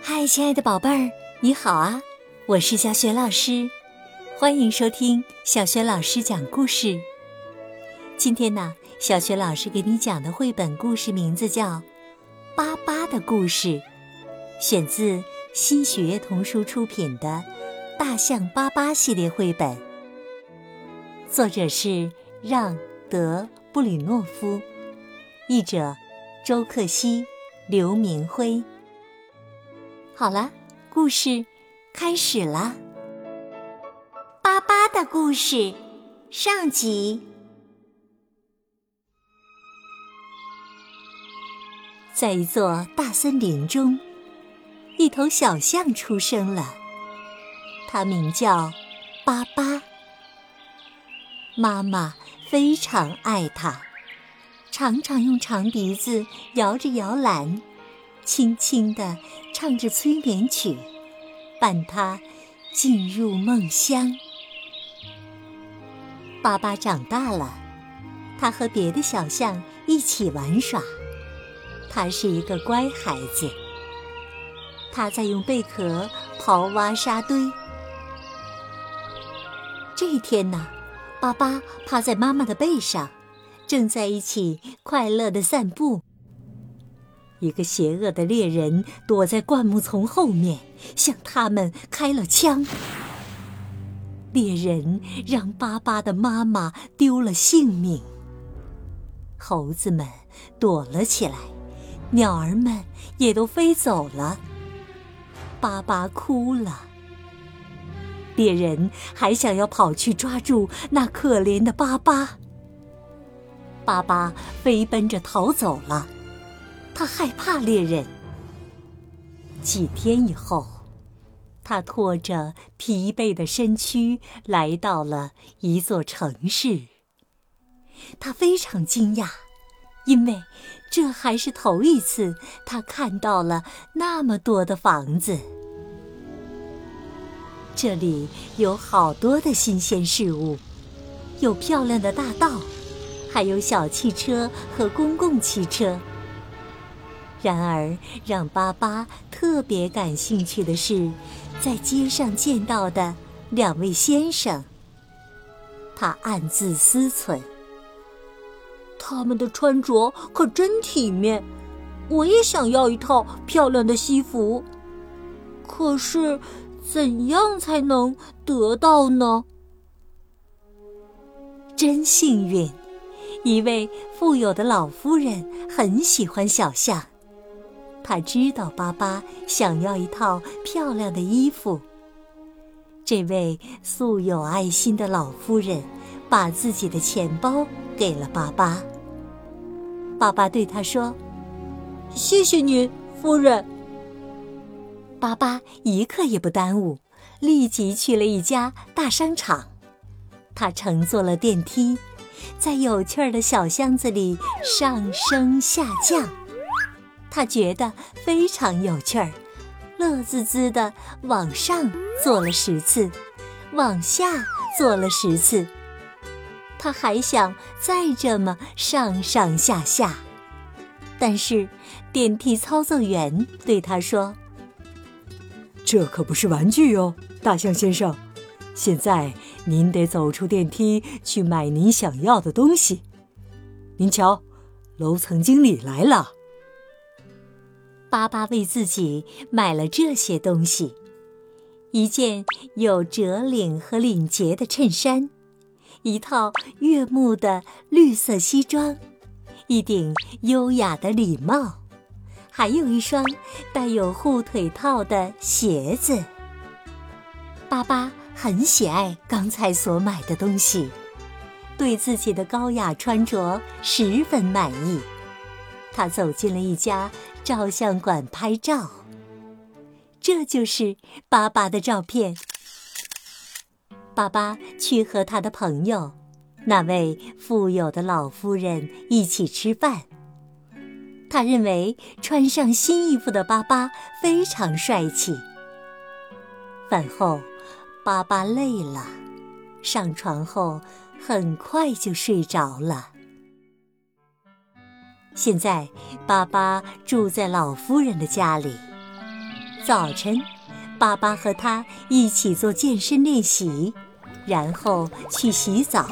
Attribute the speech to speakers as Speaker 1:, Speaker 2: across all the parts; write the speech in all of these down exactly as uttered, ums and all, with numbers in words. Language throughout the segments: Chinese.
Speaker 1: 嗨，亲爱的宝贝儿，你好啊！我是小雪老师，欢迎收听小雪老师讲故事。今天呢，小雪老师给你讲的绘本故事名字叫《巴巴的故事》，选自新许悦童书出品的《大象巴巴》系列绘本，作者是让·德·布里诺夫，译者周克希、刘明辉。好了，故事开始了。巴巴的故事上集。在一座大森林中，一头小象出生了，它名叫巴巴。妈妈非常爱它，常常用长鼻子摇着摇篮，轻轻地唱着催眠曲，伴它进入梦乡。巴巴长大了，他和别的小象一起玩耍，他是一个乖孩子。他在用贝壳刨挖沙堆。这一天呢，巴巴趴在妈妈的背上，正在一起快乐地散步。一个邪恶的猎人躲在灌木丛后面，向他们开了枪。猎人让巴巴的妈妈丢了性命。猴子们躲了起来，鸟儿们也都飞走了。巴巴哭了。猎人还想要跑去抓住那可怜的巴巴。巴巴飞奔着逃走了。他害怕猎人。几天以后，他拖着疲惫的身躯来到了一座城市。他非常惊讶，因为这还是头一次他看到了那么多的房子。这里有好多的新鲜事物，有漂亮的大道，还有小汽车和公共汽车。然而，让巴巴特别感兴趣的是，在街上见到的两位先生。他暗自思忖：他们的穿着可真体面，我也想要一套漂亮的西服。可是，怎样才能得到呢？真幸运，一位富有的老夫人很喜欢小象。他知道巴巴想要一套漂亮的衣服。这位素有爱心的老夫人把自己的钱包给了巴巴。巴巴对他说：谢谢你，夫人。巴巴一刻也不耽误，立即去了一家大商场。他乘坐了电梯，在有趣儿的小巷子里上升下降。他觉得非常有趣儿，乐滋滋地往上坐了十次，往下坐了十次。他还想再这么上上下下，但是电梯操作员对他说：这可不是玩具哦，大象先生，现在您得走出电梯去买您想要的东西。您瞧，楼层经理来了。巴巴为自己买了这些东西：一件有折领和领结的衬衫，一套悦目的绿色西装，一顶优雅的礼帽，还有一双带有护腿套的鞋子。巴巴很喜爱刚才所买的东西，对自己的高雅穿着十分满意。他走进了一家照相馆拍照。这就是巴巴的照片。巴巴去和他的朋友，那位富有的老夫人一起吃饭。他认为穿上新衣服的巴巴非常帅气。饭后，巴巴累了，上床后很快就睡着了。现在巴巴住在老夫人的家里。 早晨，巴巴和他一起做健身练习，然后去洗澡。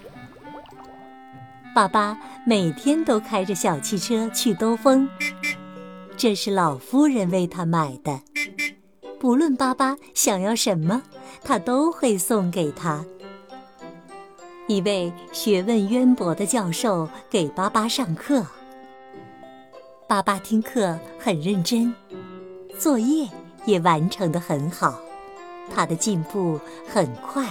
Speaker 1: 巴巴每天都开着小汽车去兜风，这是老夫人为他买的。不论巴巴想要什么，他都会送给他。一位学问渊博的教授给巴巴上课，巴巴听课很认真，作业也完成得很好，他的进步很快。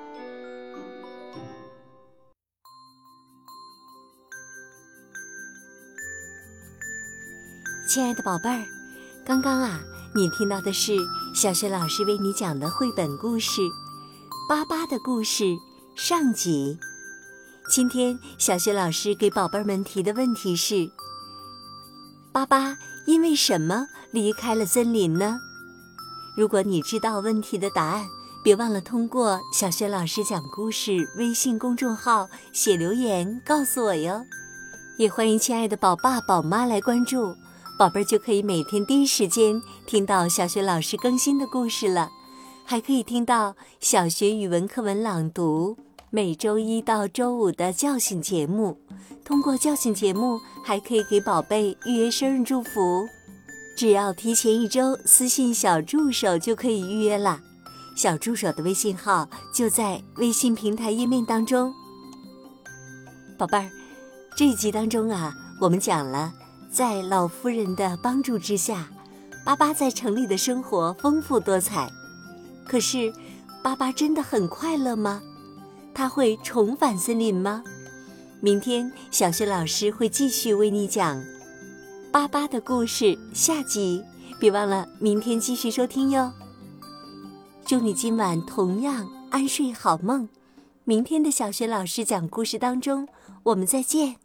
Speaker 1: 亲爱的宝贝儿，刚刚啊，你听到的是小雪老师为你讲的绘本故事《巴巴的故事》上集。今天小雪老师给宝贝们提的问题是：巴巴因为什么离开了森林呢？如果你知道问题的答案，别忘了通过小雪老师讲故事微信公众号写留言告诉我哟。也欢迎亲爱的宝爸宝妈来关注，宝贝儿就可以每天第一时间听到小雪老师更新的故事了，还可以听到小学语文课文朗读，每周一到周五的叫醒节目。通过叫醒节目，还可以给宝贝预约生日祝福，只要提前一周私信小助手就可以预约啦。小助手的微信号就在微信平台页面当中。宝贝儿，这一集当中啊，我们讲了在老夫人的帮助之下，巴巴在城里的生活丰富多彩。可是，巴巴真的很快乐吗？他会重返森林吗？明天小雪老师会继续为你讲巴巴的故事下集，别忘了明天继续收听哟。祝你今晚同样安睡好梦，明天的小雪老师讲故事当中，我们再见。